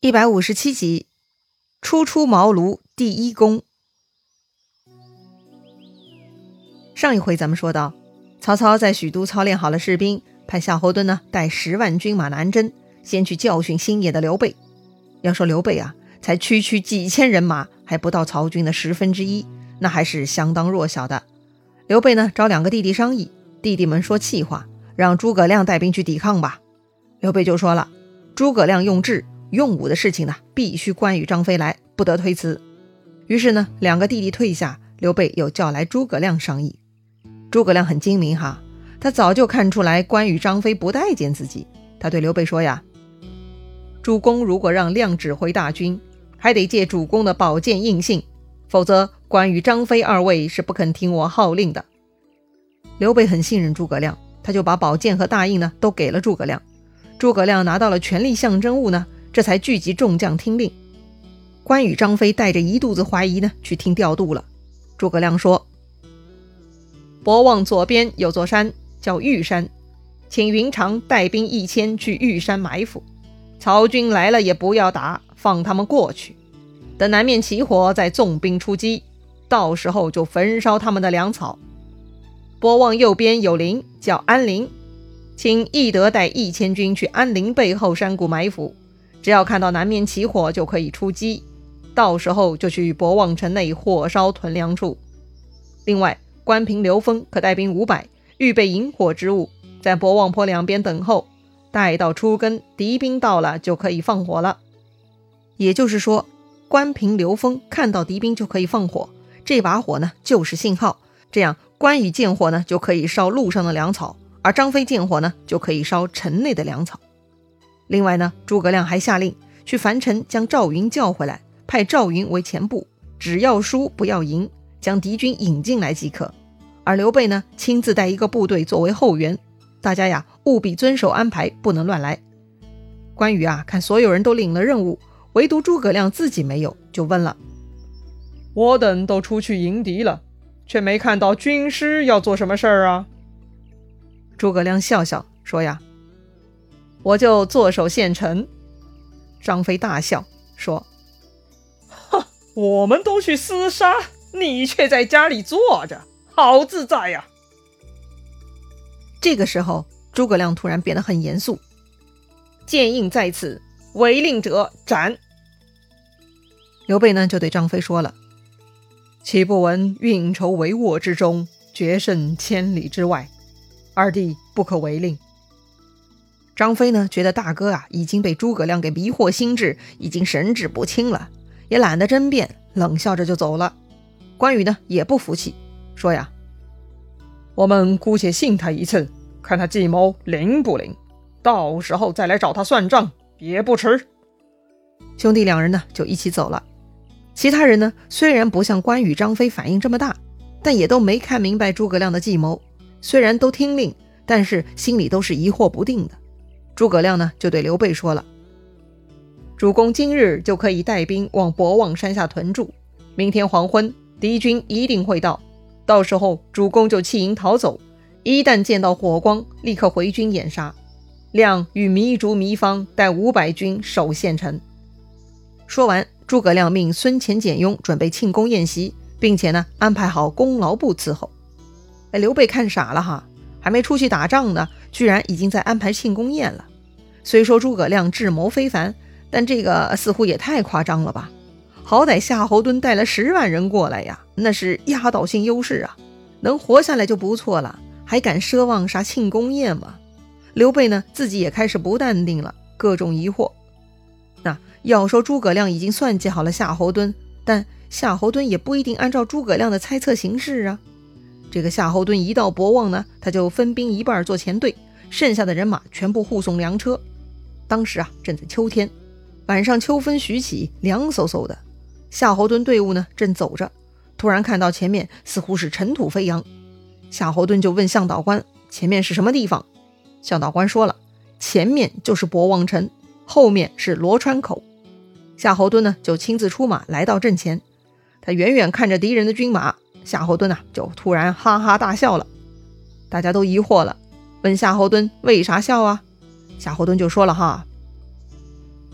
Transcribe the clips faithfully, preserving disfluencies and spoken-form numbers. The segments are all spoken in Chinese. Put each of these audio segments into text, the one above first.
一百五十七集，初出茅庐第一功。上一回咱们说到，曹操在许都操练好了士兵，派夏侯惇呢带十万军马南征，先去教训新野的刘备。要说刘备啊，才区区几千人马，还不到曹军的十分之一，那还是相当弱小的。刘备呢找两个弟弟商议，弟弟们说气话，让诸葛亮带兵去抵抗吧。刘备就说了，诸葛亮用智用武的事情呢，必须关羽、张飞来，不得推辞。于是呢，两个弟弟退下，刘备又叫来诸葛亮商议。诸葛亮很精明哈，他早就看出来关羽、张飞不待见自己。他对刘备说呀，主公如果让亮指挥大军，还得借主公的宝剑印信，否则关羽、张飞二位是不肯听我号令的。刘备很信任诸葛亮，他就把宝剑和大印呢都给了诸葛亮。诸葛亮拿到了权力象征物呢，这才聚集众将听令。关羽、张飞带着一肚子怀疑呢，去听调度了。诸葛亮说，博望左边有座山叫玉山，请云长带兵一千去玉山埋伏，曹军来了也不要打，放他们过去，等南面起火再纵兵出击，到时候就焚烧他们的粮草。博望右边有陵叫安陵，请翼德带一千军去安陵背后山谷埋伏，只要看到南面起火就可以出击，到时候就去博望城内火烧屯粮处。另外关平、刘封可带兵五百，预备引火之物，在博望坡两边等候，待到出更，敌兵到了就可以放火了。也就是说，关平、刘封看到敌兵就可以放火，这把火呢就是信号，这样关羽见火呢就可以烧路上的粮草，而张飞见火呢就可以烧城内的粮草。另外呢，诸葛亮还下令去樊城将赵云叫回来，派赵云为前部，只要输不要赢，将敌军引进来即可。而刘备呢，亲自带一个部队作为后援，大家呀务必遵守安排，不能乱来。关羽啊，看所有人都领了任务，唯独诸葛亮自己没有，就问了， 我等都出去迎敌了，却没看到军师要做什么事儿啊？ 诸葛亮笑笑说呀，我就坐守县城。张飞大笑说， 哈，我们都去厮杀，你却在家里坐着，好自在呀。 这个时候诸葛亮突然变得很严肃，剑印在此，违令者斩。刘备呢就对张飞说了，岂不闻运筹帷幄之中，决胜千里之外，二弟不可违令。张飞呢觉得大哥啊已经被诸葛亮给迷惑心智，已经神志不清了，也懒得争辩，冷笑着就走了。关羽呢也不服气，说呀， 我们姑且信他一次，看他计谋灵不灵，到时候再来找他算账也不迟。 兄弟两人呢就一起走了。其他人呢虽然不像关羽、张飞反应这么大，但也都没看明白诸葛亮的计谋，虽然都听令，但是心里都是疑惑不定的。诸葛亮呢就对刘备说了，主公今日就可以带兵往博望山下屯驻，明天黄昏敌军一定会到，到时候主公就弃营逃走，一旦见到火光立刻回军掩杀。亮与糜竺、糜芳带五百军守县城。说完，诸葛亮命孙乾、简雍准备庆功宴席，并且呢安排好功劳簿伺候。哎，刘备看傻了哈，还没出去打仗呢，居然已经在安排庆功宴了。虽说诸葛亮智谋非凡，但这个似乎也太夸张了吧。好歹夏侯惇带了十万人过来呀，那是压倒性优势啊，能活下来就不错了，还敢奢望啥庆功宴吗？刘备呢自己也开始不淡定了，各种疑惑。那要说诸葛亮已经算计好了夏侯惇，但夏侯惇也不一定按照诸葛亮的猜测行事啊。这个夏侯惇一到博望呢，他就分兵一半做前队，剩下的人马全部护送粮车。当时啊正在秋天，晚上秋风徐起，凉飕飕的。夏侯惇队伍呢正走着，突然看到前面似乎是尘土飞扬。夏侯惇就问向导官，前面是什么地方？向导官说了，前面就是博望城，后面是罗川口。夏侯惇呢就亲自出马来到阵前，他远远看着敌人的军马，夏侯惇啊就突然哈哈大笑了。大家都疑惑了，问夏侯惇为啥笑啊？夏侯惇就说了哈，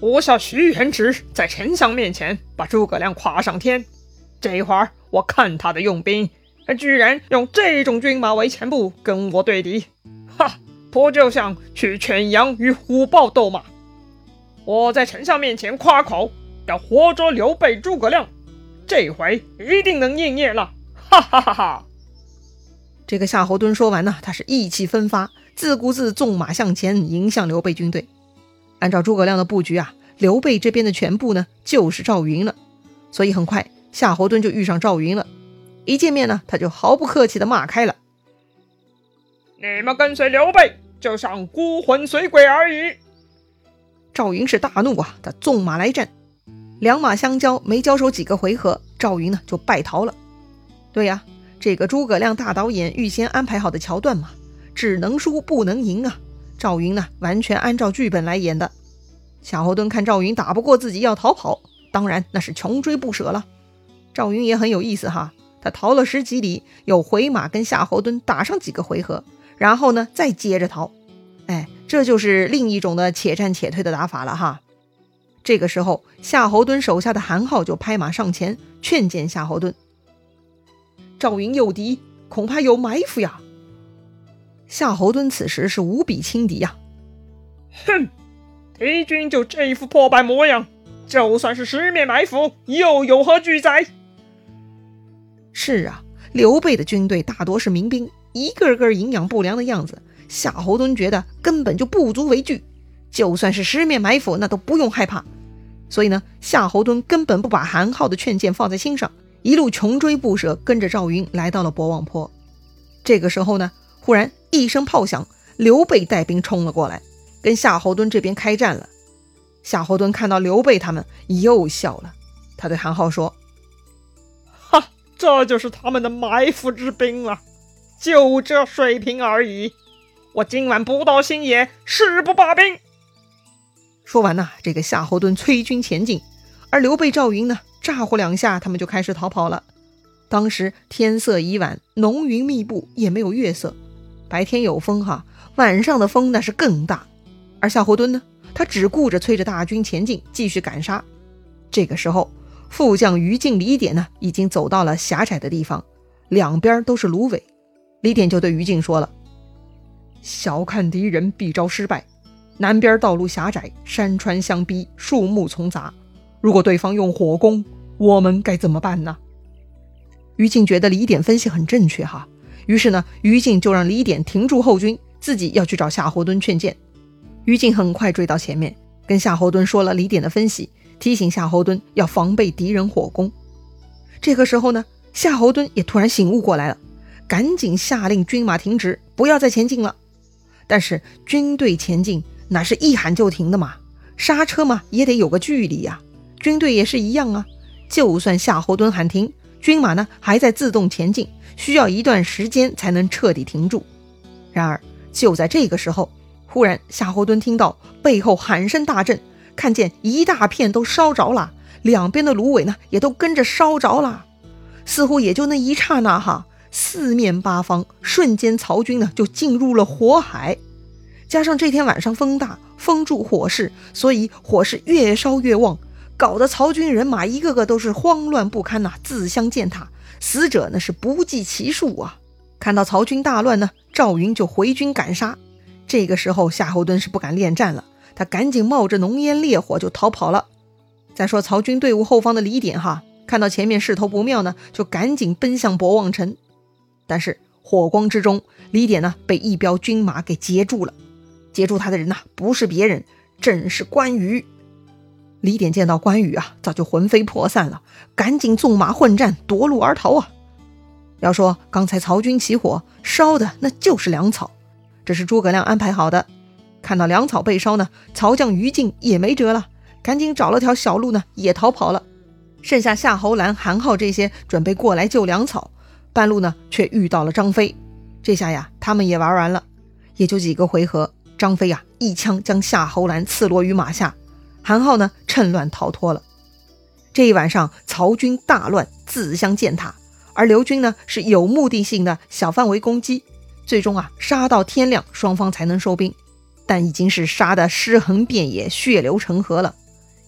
我下徐元直在丞相面前把诸葛亮夸上天，这会儿我看他的用兵，居然用这种军马为前部跟我对敌，哈，不就像去犬羊与虎豹斗马？我在丞相面前夸口，要活捉刘备、诸葛亮，这回一定能应验了，哈哈哈哈！ 这个夏侯惇说完呢，他是意气风发，自顾自纵马向前，迎向刘备军队。按照诸葛亮的布局啊，刘备这边的全部呢就是赵云了，所以很快夏侯惇就遇上赵云了。一见面呢，他就毫不客气地骂开了： 你们跟随刘备，就像孤魂随鬼而已！ 赵云是大怒啊，他纵马来战，两马相交，没交手几个回合，赵云呢就败逃了。对呀，这个诸葛亮大导演预先安排好的桥段嘛，只能输不能赢啊。赵云呢完全按照剧本来演的。夏侯惇看赵云打不过自己要逃跑，当然那是穷追不舍了。赵云也很有意思哈，他逃了十几里，又回马跟夏侯惇打上几个回合，然后呢再接着逃。哎，这就是另一种的且战且退的打法了哈。这个时候夏侯惇手下的韩浩就拍马上前劝谏夏侯惇：赵云诱敌，恐怕有埋伏呀。夏侯惇此时是无比轻敌呀。 哼，敌军就这一副破败模样，就算是十面埋伏，又有何惧哉？ 是啊，刘备的军队大多是民兵，一个个营养不良的样子，夏侯惇觉得根本就不足为惧，就算是十面埋伏那都不用害怕。所以呢，夏侯惇根本不把韩浩的劝谏放在心上，一路穷追不舍，跟着赵云来到了博望坡。这个时候呢，忽然一声炮响，刘备带兵冲了过来，跟夏侯惇这边开战了。夏侯惇看到刘备他们又笑了，他对韩浩说： 哈，这就是他们的埋伏之兵了，就这水平而已，我今晚不到新野，誓不罢兵。 说完呢、啊，这个夏侯惇催军前进，而刘备赵云呢咋呼两下，他们就开始逃跑了。当时天色已晚，浓云密布，也没有月色，白天有风哈，晚上的风那是更大。而夏侯惇呢，他只顾着催着大军前进，继续赶杀。这个时候副将于禁、李典呢已经走到了狭窄的地方，两边都是芦苇。李典就对于禁说了：小看敌人必招失败，南边道路狭窄，山川相逼，树木丛杂，如果对方用火攻，我们该怎么办呢？于禁觉得李典分析很正确哈，于是呢，于禁就让李典停住后军，自己要去找夏侯惇劝谏。于禁很快追到前面，跟夏侯惇说了李典的分析，提醒夏侯惇要防备敌人火攻。这个时候呢，夏侯惇也突然醒悟过来了，赶紧下令军马停止，不要再前进了。但是军队前进哪是一喊就停的嘛，刹车嘛也得有个距离呀、啊。军队也是一样啊，就算夏侯惇喊停，军马呢还在自动前进，需要一段时间才能彻底停住。然而就在这个时候，忽然夏侯惇听到背后喊声大震，看见一大片都烧着了，两边的芦苇呢也都跟着烧着了。似乎也就那一刹那哈，四面八方瞬间曹军呢就进入了火海。加上这天晚上风大，风助火势，所以火势越烧越旺，搞得曹军人马一个个都是慌乱不堪呐、啊，自相践踏，死者呢是不计其数啊。看到曹军大乱呢，赵云就回军赶杀。这个时候夏侯惇是不敢恋战了，他赶紧冒着浓烟烈火就逃跑了。再说曹军队伍后方的李典哈，看到前面势头不妙呢，就赶紧奔向博望城。但是火光之中，李典呢被一彪军马给截住了。截住他的人呐、啊，不是别人，正是关羽。李典见到关羽啊，早就魂飞魄散了，赶紧纵马混战，夺路而逃啊。要说刚才曹军起火，烧的那就是粮草，这是诸葛亮安排好的。看到粮草被烧呢，曹将于禁也没辙了，赶紧找了条小路呢，也逃跑了。剩下夏侯兰、韩浩这些准备过来救粮草，半路呢却遇到了张飞。这下呀，他们也玩完了，也就几个回合，张飞啊一枪将夏侯兰刺落于马下，韩浩呢趁乱逃脱了。这一晚上曹军大乱，自相践踏，而刘军呢是有目的性的小范围攻击，最终啊杀到天亮，双方才能收兵，但已经是杀得尸横遍野，血流成河了。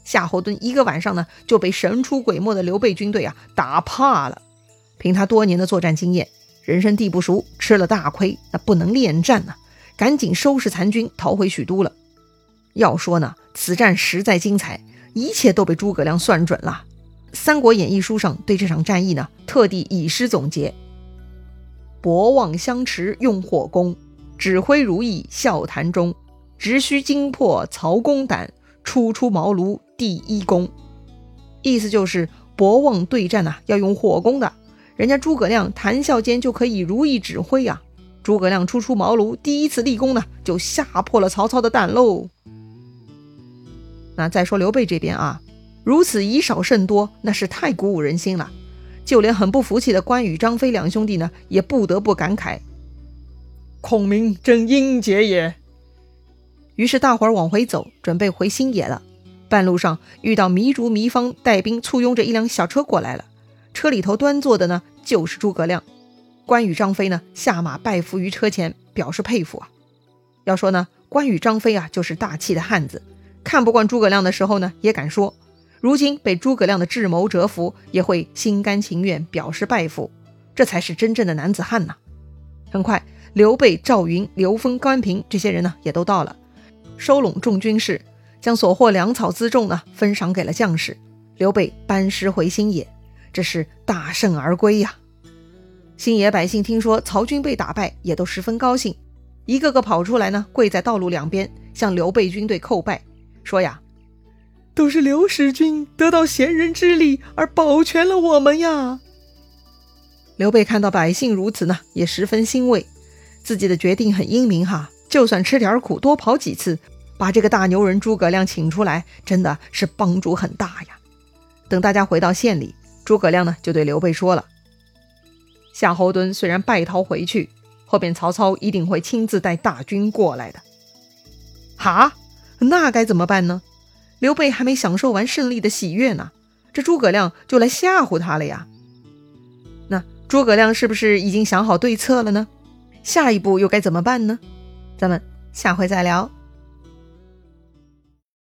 夏侯惇一个晚上呢就被神出鬼没的刘备军队啊打怕了。凭他多年的作战经验，人生地不熟，吃了大亏，那不能恋战呢、啊，赶紧收拾残军逃回许都了。要说呢，此战实在精彩，一切都被诸葛亮算准了。《三国演义》书上对这场战役呢特地以诗总结：博望相持用火攻，指挥如意笑谈中，直须惊破曹公胆，初出茅庐第一功。意思就是博望对战啊要用火攻的，人家诸葛亮谈笑间就可以如意指挥啊。诸葛亮初出茅庐第一次立功呢，就吓破了曹操的胆喽。那再说刘备这边啊，如此以少胜多，那是太鼓舞人心了。就连很不服气的关羽、张飞两兄弟呢，也不得不感慨： 孔明真英杰也。 于是大伙儿往回走，准备回新野了。半路上遇到糜竺、糜芳带兵簇拥着一辆小车过来了，车里头端坐的呢就是诸葛亮。关羽、张飞呢下马拜伏于车前，表示佩服啊。要说呢，关羽、张飞啊就是大气的汉子，看不惯诸葛亮的时候呢也敢说，如今被诸葛亮的智谋折服，也会心甘情愿表示拜服，这才是真正的男子汉呐。很快，刘备、赵云、刘封、关平这些人呢也都到了，收拢众军士，将所获粮草辎重呢分赏给了将士。刘备班师回新野，这是大胜而归呀、啊。新野百姓听说曹军被打败，也都十分高兴，一个个跑出来呢，跪在道路两边，向刘备军队叩拜，说呀：都是刘使君得到贤人之力而保全了我们呀。刘备看到百姓如此呢，也十分欣慰，自己的决定很英明哈，就算吃点苦，多跑几次，把这个大牛人诸葛亮请出来，真的是帮助很大呀。等大家回到县里，诸葛亮呢就对刘备说了：夏侯惇虽然败逃回去，后边曹操一定会亲自带大军过来的。哈，那该怎么办呢？刘备还没享受完胜利的喜悦呢，这诸葛亮就来吓唬他了呀。那诸葛亮是不是已经想好对策了呢？下一步又该怎么办呢？咱们下回再聊。